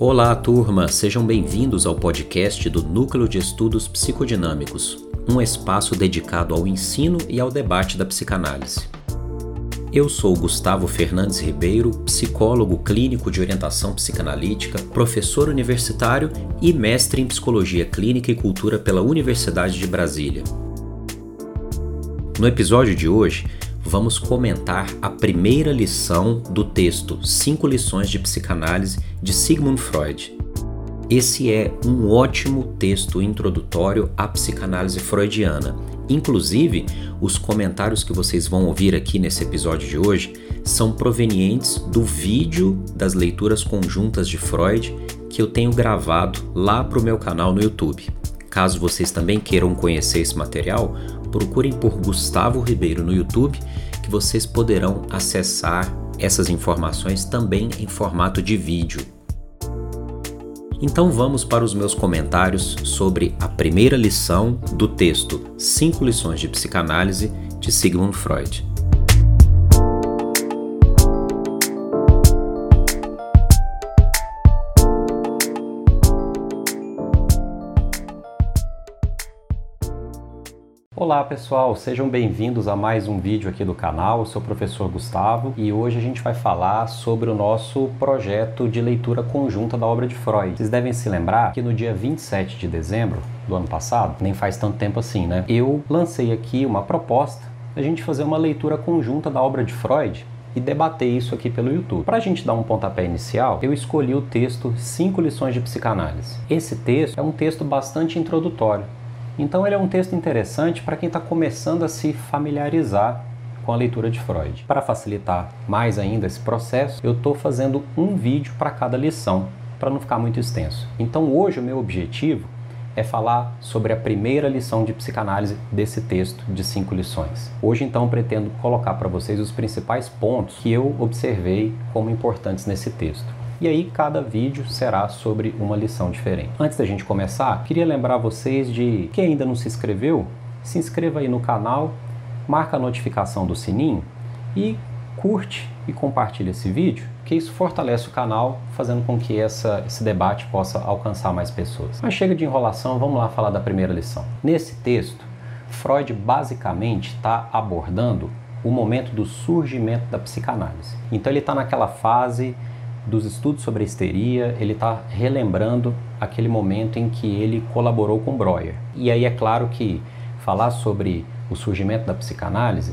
Olá, turma! Sejam bem-vindos ao podcast do Núcleo de Estudos Psicodinâmicos, um espaço dedicado ao ensino e ao debate da psicanálise. Eu sou Gustavo Fernandes Ribeiro, psicólogo clínico de orientação psicanalítica, professor universitário e mestre em Psicologia Clínica e Cultura pela Universidade de Brasília. No episódio de hoje, vamos comentar a primeira lição do texto 5 lições de psicanálise de Sigmund Freud. Esse é um ótimo texto introdutório à psicanálise freudiana. Inclusive, os comentários que vocês vão ouvir aqui nesse episódio de hoje são provenientes do vídeo das leituras conjuntas de Freud que eu tenho gravado lá para o meu canal no YouTube. Caso vocês também queiram conhecer esse material, procurem por Gustavo Ribeiro no YouTube, que vocês poderão acessar essas informações também em formato de vídeo. Então vamos para os meus comentários sobre a primeira lição do texto 5 lições de psicanálise de Sigmund Freud. Olá pessoal, sejam bem-vindos a mais um vídeo aqui do canal. Eu sou o professor Gustavo e hoje a gente vai falar sobre o nosso projeto de leitura conjunta da obra de Freud. Vocês devem se lembrar que no dia 27 de dezembro do ano passado, nem faz tanto tempo assim, né? Eu lancei aqui uma proposta da gente fazer uma leitura conjunta da obra de Freud e debater isso aqui pelo YouTube. Para a gente dar um pontapé inicial, eu escolhi o texto 5 lições de psicanálise. Esse texto é um texto bastante introdutório. Então ele é um texto interessante para quem está começando a se familiarizar com a leitura de Freud. Para facilitar mais ainda esse processo, eu estou fazendo um vídeo para cada lição, para não ficar muito extenso. Então hoje o meu objetivo é falar sobre a primeira lição de psicanálise desse texto de 5 lições. Hoje então pretendo colocar para vocês os principais pontos que eu observei como importantes nesse texto. E aí cada vídeo será sobre uma lição diferente. Antes da gente começar, queria lembrar vocês de quem ainda não se inscreveu, se inscreva aí no canal, marca a notificação do sininho e curte e compartilha esse vídeo, que isso fortalece o canal, fazendo com que esse debate possa alcançar mais pessoas. Mas chega de enrolação, vamos lá falar da primeira lição. Nesse texto, Freud basicamente está abordando o momento do surgimento da psicanálise. Então ele está naquela fase dos estudos sobre a histeria, ele está relembrando aquele momento em que ele colaborou com Breuer. E aí é claro que falar sobre o surgimento da psicanálise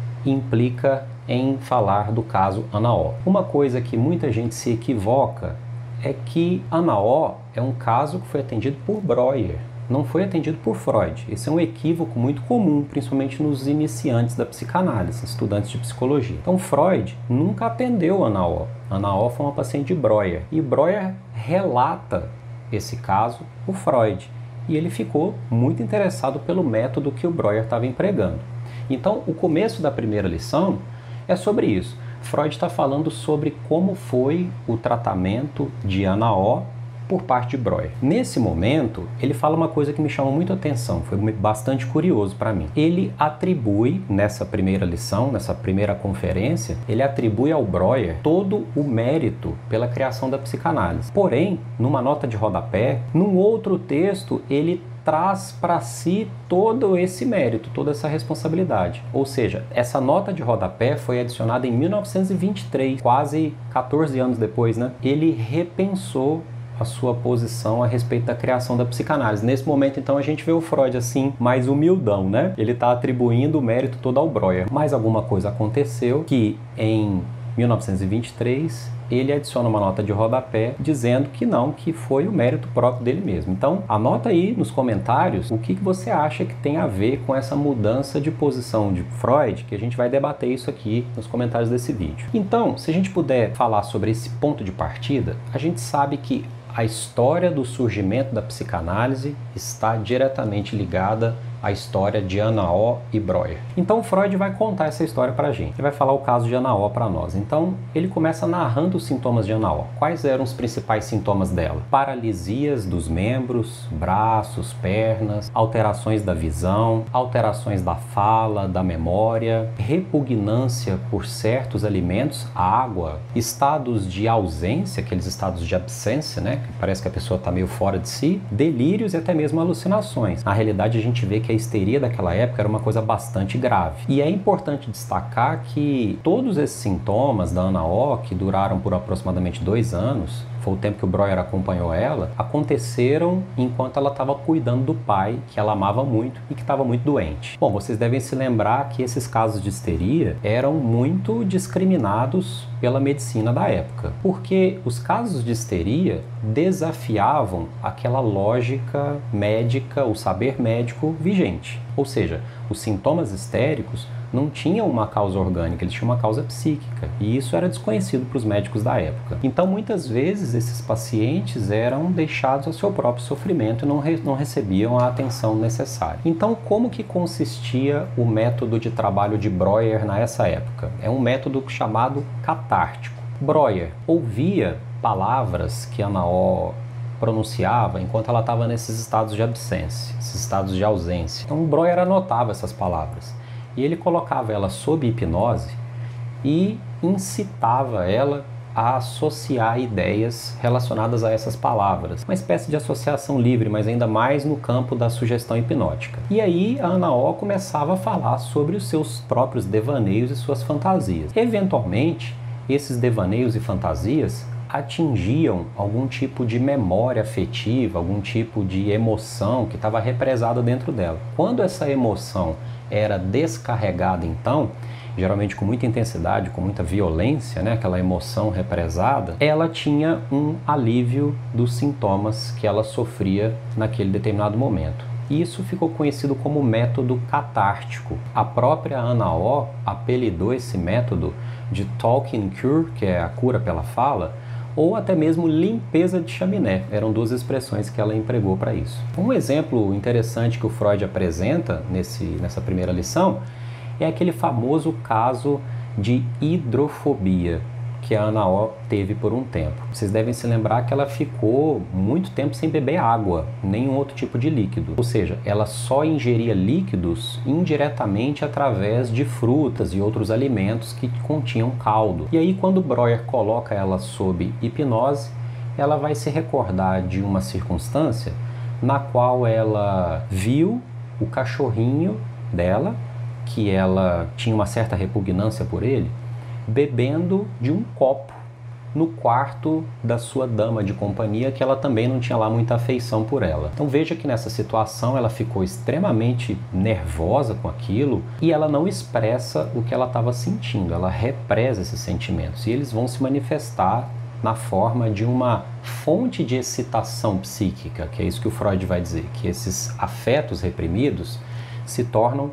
implica em falar do caso Ana O. Uma coisa que muita gente se equivoca é que Ana O é um caso que foi atendido por Breuer, não foi atendido por Freud. Esse é um equívoco muito comum, principalmente nos iniciantes da psicanálise, estudantes de psicologia. Então Freud nunca atendeu Ana O. Ana O foi uma paciente de Breuer. E Breuer relata esse caso por Freud. E ele ficou muito interessado pelo método que o Breuer estava empregando. Então o começo da primeira lição é sobre isso. Freud está falando sobre como foi o tratamento de Ana O por parte de Breuer. Nesse momento, ele fala uma coisa que me chamou muito a atenção, foi bastante curioso para mim. Ele atribui, nessa primeira lição, nessa primeira conferência, ele atribui ao Breuer todo o mérito pela criação da psicanálise. Porém, numa nota de rodapé, num outro texto, ele traz para si todo esse mérito, toda essa responsabilidade. Ou seja, essa nota de rodapé foi adicionada em 1923, quase 14 anos depois, né? Ele repensou a sua posição a respeito da criação da psicanálise. Nesse momento, então, a gente vê o Freud assim, mais humildão, né? Ele está atribuindo o mérito todo ao Breuer. Mas alguma coisa aconteceu que, em 1923, ele adiciona uma nota de rodapé dizendo que não, que foi o mérito próprio dele mesmo. Então, anota aí nos comentários o que você acha que tem a ver com essa mudança de posição de Freud, que a gente vai debater isso aqui nos comentários desse vídeo. Então, se a gente puder falar sobre esse ponto de partida, a gente sabe que a história do surgimento da psicanálise está diretamente ligada a história de Ana O e Breuer. Então Freud vai contar essa história pra gente. Ele vai falar o caso de Ana O para nós. Então ele começa narrando os sintomas de Ana O. Quais eram os principais sintomas dela? Paralisias dos membros, braços, pernas, alterações da visão, alterações da fala, da memória, repugnância por certos alimentos, água, estados de ausência, aqueles estados de absência, né? Que parece que a pessoa está meio fora de si, delírios e até mesmo alucinações. Na realidade, a gente vê que a histeria daquela época era uma coisa bastante grave. E é importante destacar que todos esses sintomas da Ana O, que duraram por aproximadamente 2 anos, foi o tempo que o Breuer acompanhou ela, aconteceram enquanto ela estava cuidando do pai, que ela amava muito e que estava muito doente. Bom, vocês devem se lembrar que esses casos de histeria eram muito discriminados pela medicina da época, porque os casos de histeria desafiavam aquela lógica médica, o saber médico vigente. Ou seja, os sintomas histéricos não tinham uma causa orgânica, eles tinham uma causa psíquica, e isso era desconhecido para os médicos da época. Então, muitas vezes, esses pacientes eram deixados ao seu próprio sofrimento e não recebiam a atenção necessária. Então, como que consistia o método de trabalho de Breuer nessa época? É um método chamado catártico. Breuer ouvia palavras que Ana O pronunciava enquanto ela estava nesses estados de absência, esses estados de ausência. Então, Breuer anotava essas palavras. E ele colocava ela sob hipnose e incitava ela a associar ideias relacionadas a essas palavras. Uma espécie de associação livre, mas ainda mais no campo da sugestão hipnótica. E aí a Ana O começava a falar sobre os seus próprios devaneios e suas fantasias. Eventualmente, esses devaneios e fantasias atingiam algum tipo de memória afetiva, algum tipo de emoção que estava represada dentro dela. Quando essa emoção era descarregada, então, geralmente com muita intensidade, com muita violência, né, aquela emoção represada, ela tinha um alívio dos sintomas que ela sofria naquele determinado momento. Isso ficou conhecido como método catártico. A própria Ana O apelidou esse método de talking cure, que é a cura pela fala, ou até mesmo limpeza de chaminé. Eram 2 expressões que ela empregou para isso. Um exemplo interessante que o Freud apresenta nessa primeira lição é aquele famoso caso de hidrofobia que a Ana O teve por um tempo. Vocês devem se lembrar que ela ficou muito tempo sem beber água, nenhum outro tipo de líquido. Ou seja, ela só ingeria líquidos indiretamente através de frutas e outros alimentos que continham caldo. E aí, quando Breuer coloca ela sob hipnose, ela vai se recordar de uma circunstância na qual ela viu o cachorrinho dela, que ela tinha uma certa repugnância por ele, bebendo de um copo no quarto da sua dama de companhia, que ela também não tinha lá muita afeição por ela. Então veja que nessa situação ela ficou extremamente nervosa com aquilo e ela não expressa o que ela estava sentindo, ela represa esses sentimentos e eles vão se manifestar na forma de uma fonte de excitação psíquica, que é isso que o Freud vai dizer, que esses afetos reprimidos se tornam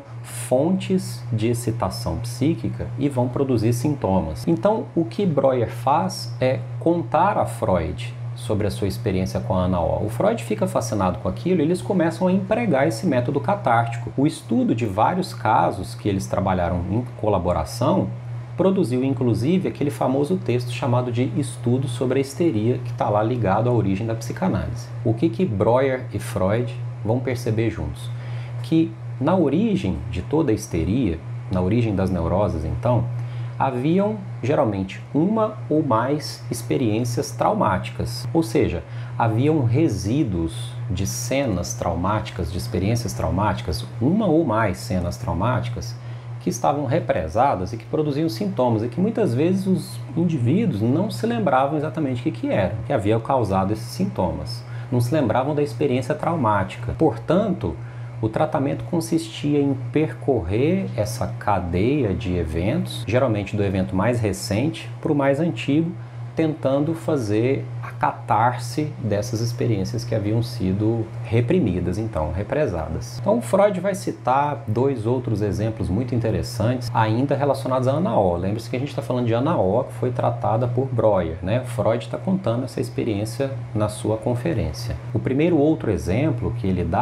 fontes de excitação psíquica e vão produzir sintomas. Então, o que Breuer faz é contar a Freud sobre a sua experiência com a Ana O. O Freud fica fascinado com aquilo e eles começam a empregar esse método catártico. O estudo de vários casos que eles trabalharam em colaboração produziu, inclusive, aquele famoso texto chamado de Estudo sobre a Histeria, que está lá ligado à origem da psicanálise. O que Breuer e Freud vão perceber juntos? Que na origem de toda a histeria, na origem das neuroses, então, haviam geralmente uma ou mais experiências traumáticas. Ou seja, haviam resíduos de cenas traumáticas, de experiências traumáticas, uma ou mais cenas traumáticas que estavam represadas e que produziam sintomas e que muitas vezes os indivíduos não se lembravam exatamente o que era, que havia causado esses sintomas. Não se lembravam da experiência traumática. Portanto, o tratamento consistia em percorrer essa cadeia de eventos, geralmente do evento mais recente para o mais antigo, tentando fazer a catarse dessas experiências que haviam sido reprimidas, então, represadas. Então, Freud vai citar 2 outros exemplos muito interessantes, ainda relacionados a Ana O. Lembre-se que a gente está falando de Ana O, que foi tratada por Breuer, né? Freud está contando essa experiência na sua conferência. O primeiro outro exemplo que ele dá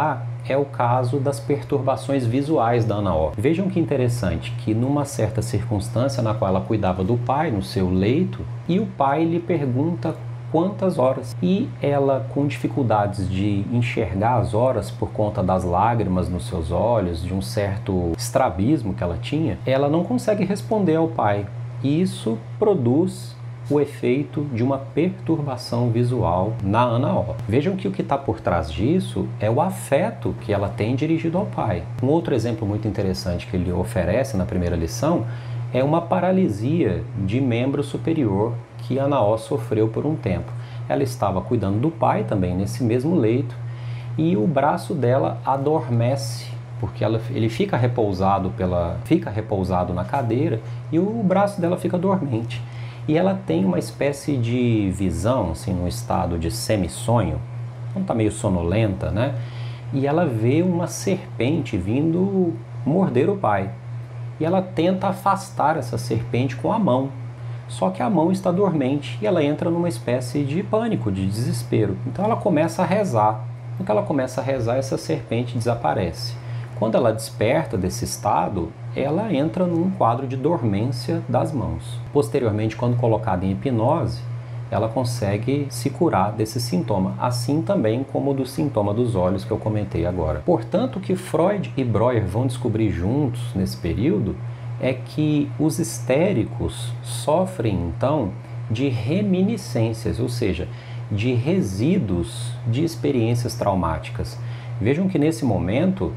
é o caso das perturbações visuais da Ana O. Vejam que interessante, que numa certa circunstância na qual ela cuidava do pai no seu leito, e o pai lhe pergunta quantas horas. E ela, com dificuldades de enxergar as horas por conta das lágrimas nos seus olhos, de um certo estrabismo que ela tinha, ela não consegue responder ao pai. E isso produz o efeito de uma perturbação visual na Ana O. Vejam que o que está por trás disso é o afeto que ela tem dirigido ao pai. Um outro exemplo muito interessante que ele oferece na primeira lição é uma paralisia de membro superior que Ana O sofreu por um tempo. Ela estava cuidando do pai também nesse mesmo leito e o braço dela adormece, porque ele fica repousado na cadeira e o braço dela fica dormente. E ela tem uma espécie de visão, assim, num estado de semissonho, então está meio sonolenta, né? E ela vê uma serpente vindo morder o pai. E ela tenta afastar essa serpente com a mão. Só que a mão está dormente e ela entra numa espécie de pânico, de desespero. Então ela começa a rezar. No que ela começa a rezar, essa serpente desaparece. Quando ela desperta desse estado, ela entra num quadro de dormência das mãos. Posteriormente, quando colocada em hipnose, ela consegue se curar desse sintoma, assim também como do sintoma dos olhos que eu comentei agora. Portanto, o que Freud e Breuer vão descobrir juntos nesse período é que os histéricos sofrem, então, de reminiscências, ou seja, de resíduos de experiências traumáticas. Vejam que nesse momento,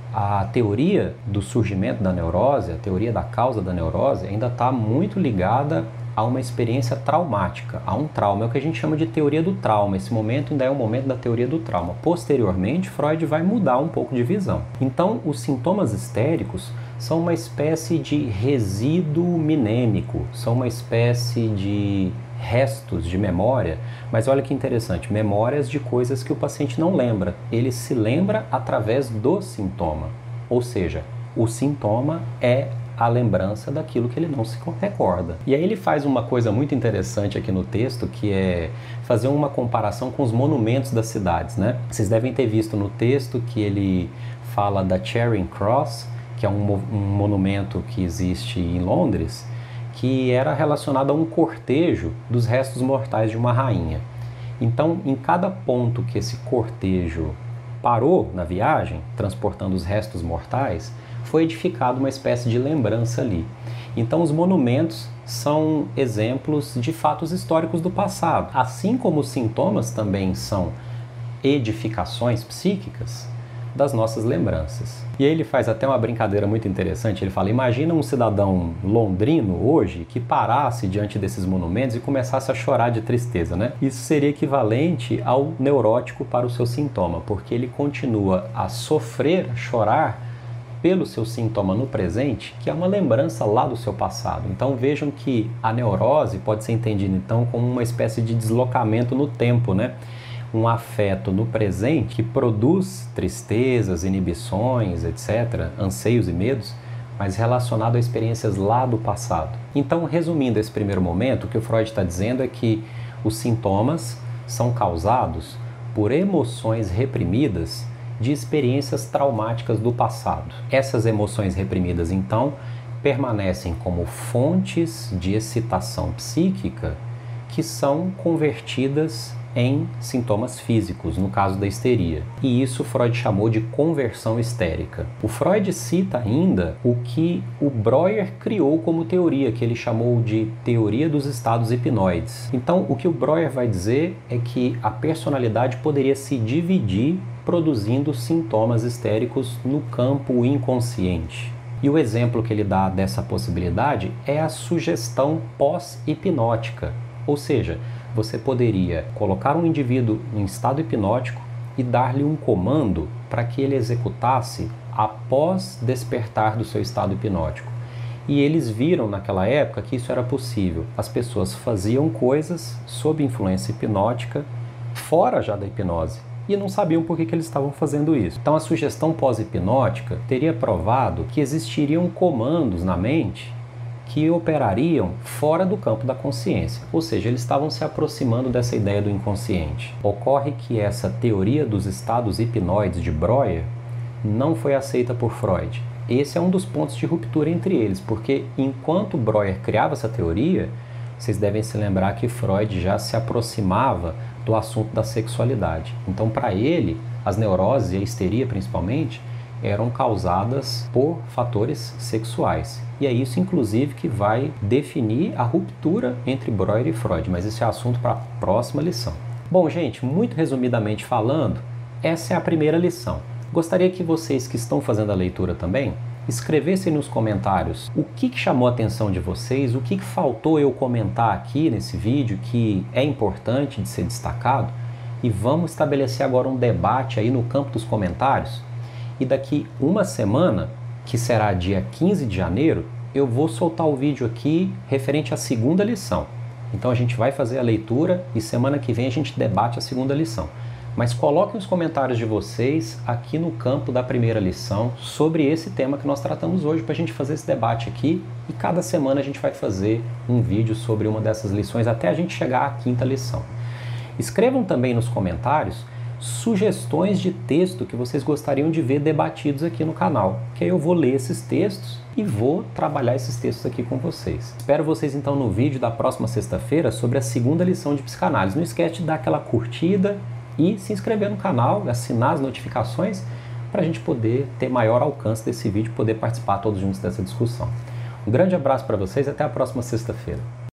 a teoria do surgimento da neurose, a teoria da causa da neurose, ainda está muito ligada a uma experiência traumática, a um trauma. É o que a gente chama de teoria do trauma. Esse momento ainda é o momento da teoria do trauma. Posteriormente, Freud vai mudar um pouco de visão. Então, os sintomas histéricos são uma espécie de resíduo minêmico, são uma espécie de restos de memória, mas olha que interessante, memórias de coisas que o paciente não lembra. Ele se lembra através do sintoma, ou seja, o sintoma é a lembrança daquilo que ele não se recorda. E aí ele faz uma coisa muito interessante aqui no texto, que é fazer uma comparação com os monumentos das cidades, né? Vocês devem ter visto no texto que ele fala da Charing Cross, que é um monumento que existe em Londres, que era relacionado a um cortejo dos restos mortais de uma rainha. Então, em cada ponto que esse cortejo parou na viagem, transportando os restos mortais, foi edificada uma espécie de lembrança ali. Então, os monumentos são exemplos de fatos históricos do passado. Assim como os sintomas também são edificações psíquicas das nossas lembranças. E aí ele faz até uma brincadeira muito interessante. Ele fala, imagina um cidadão londrino hoje que parasse diante desses monumentos e começasse a chorar de tristeza, né? Isso seria equivalente ao neurótico para o seu sintoma, porque ele continua a sofrer, a chorar pelo seu sintoma no presente, que é uma lembrança lá do seu passado. Então vejam que a neurose pode ser entendida então como uma espécie de deslocamento no tempo, né? Um afeto no presente que produz tristezas, inibições, etc., anseios e medos, mas relacionado a experiências lá do passado. Então, resumindo esse primeiro momento, o que o Freud está dizendo é que os sintomas são causados por emoções reprimidas de experiências traumáticas do passado. Essas emoções reprimidas, então, permanecem como fontes de excitação psíquica que são convertidas em sintomas físicos, no caso da histeria. E isso Freud chamou de conversão histérica. O Freud cita ainda o que o Breuer criou como teoria, que ele chamou de teoria dos estados hipnoides. Então, o que o Breuer vai dizer é que a personalidade poderia se dividir produzindo sintomas histéricos no campo inconsciente. E o exemplo que ele dá dessa possibilidade é a sugestão pós-hipnótica, ou seja, você poderia colocar um indivíduo em estado hipnótico e dar-lhe um comando para que ele executasse após despertar do seu estado hipnótico. E eles viram naquela época que isso era possível. As pessoas faziam coisas sob influência hipnótica, fora já da hipnose, e não sabiam por que eles estavam fazendo isso. Então a sugestão pós-hipnótica teria provado que existiriam comandos na mente que operariam fora do campo da consciência, ou seja, eles estavam se aproximando dessa ideia do inconsciente. Ocorre que essa teoria dos estados hipnoides de Breuer não foi aceita por Freud. Esse é um dos pontos de ruptura entre eles, porque enquanto Breuer criava essa teoria, vocês devem se lembrar que Freud já se aproximava do assunto da sexualidade. Então, para ele, as neuroses e a histeria, principalmente, eram causadas por fatores sexuais. E é isso, inclusive, que vai definir a ruptura entre Breuer e Freud, mas esse é assunto para a próxima lição. Bom, gente, muito resumidamente falando, essa é a primeira lição. Gostaria que vocês que estão fazendo a leitura também escrevessem nos comentários o que chamou a atenção de vocês, o que faltou eu comentar aqui nesse vídeo que é importante de ser destacado, e vamos estabelecer agora um debate aí no campo dos comentários. E daqui uma semana, que será dia 15 de janeiro, eu vou soltar o vídeo aqui referente à segunda lição. Então a gente vai fazer a leitura e semana que vem a gente debate a segunda lição. Mas coloquem os comentários de vocês aqui no campo da primeira lição sobre esse tema que nós tratamos hoje, para a gente fazer esse debate aqui, e cada semana a gente vai fazer um vídeo sobre uma dessas lições até a gente chegar à quinta lição. Escrevam também nos comentários sugestões de texto que vocês gostariam de ver debatidos aqui no canal, que aí eu vou ler esses textos e vou trabalhar esses textos aqui com vocês. Espero vocês então no vídeo da próxima sexta-feira sobre a segunda lição de psicanálise. Não esquece de dar aquela curtida e se inscrever no canal, assinar as notificações para a gente poder ter maior alcance desse vídeo e poder participar todos juntos dessa discussão. Um grande abraço para vocês e até a próxima sexta-feira.